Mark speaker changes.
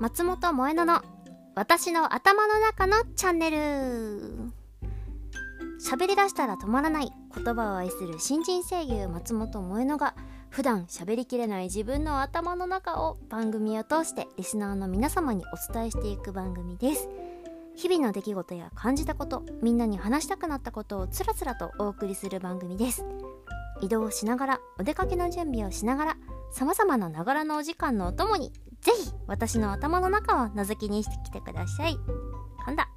Speaker 1: 松本萌乃の私の頭の中のチャンネル。喋り出したら止まらない言葉を愛する新人声優松本萌乃が普段喋りきれない自分の頭の中を番組を通してリスナーの皆様にお伝えしていく番組です。日々の出来事や感じたこと、みんなに話したくなったことをつらつらとお送りする番組です。移動しながら、お出かけの準備をしながら、様々なながらのお時間のお供にぜひ私の頭の中を覗きにしてきてください。噛んだ。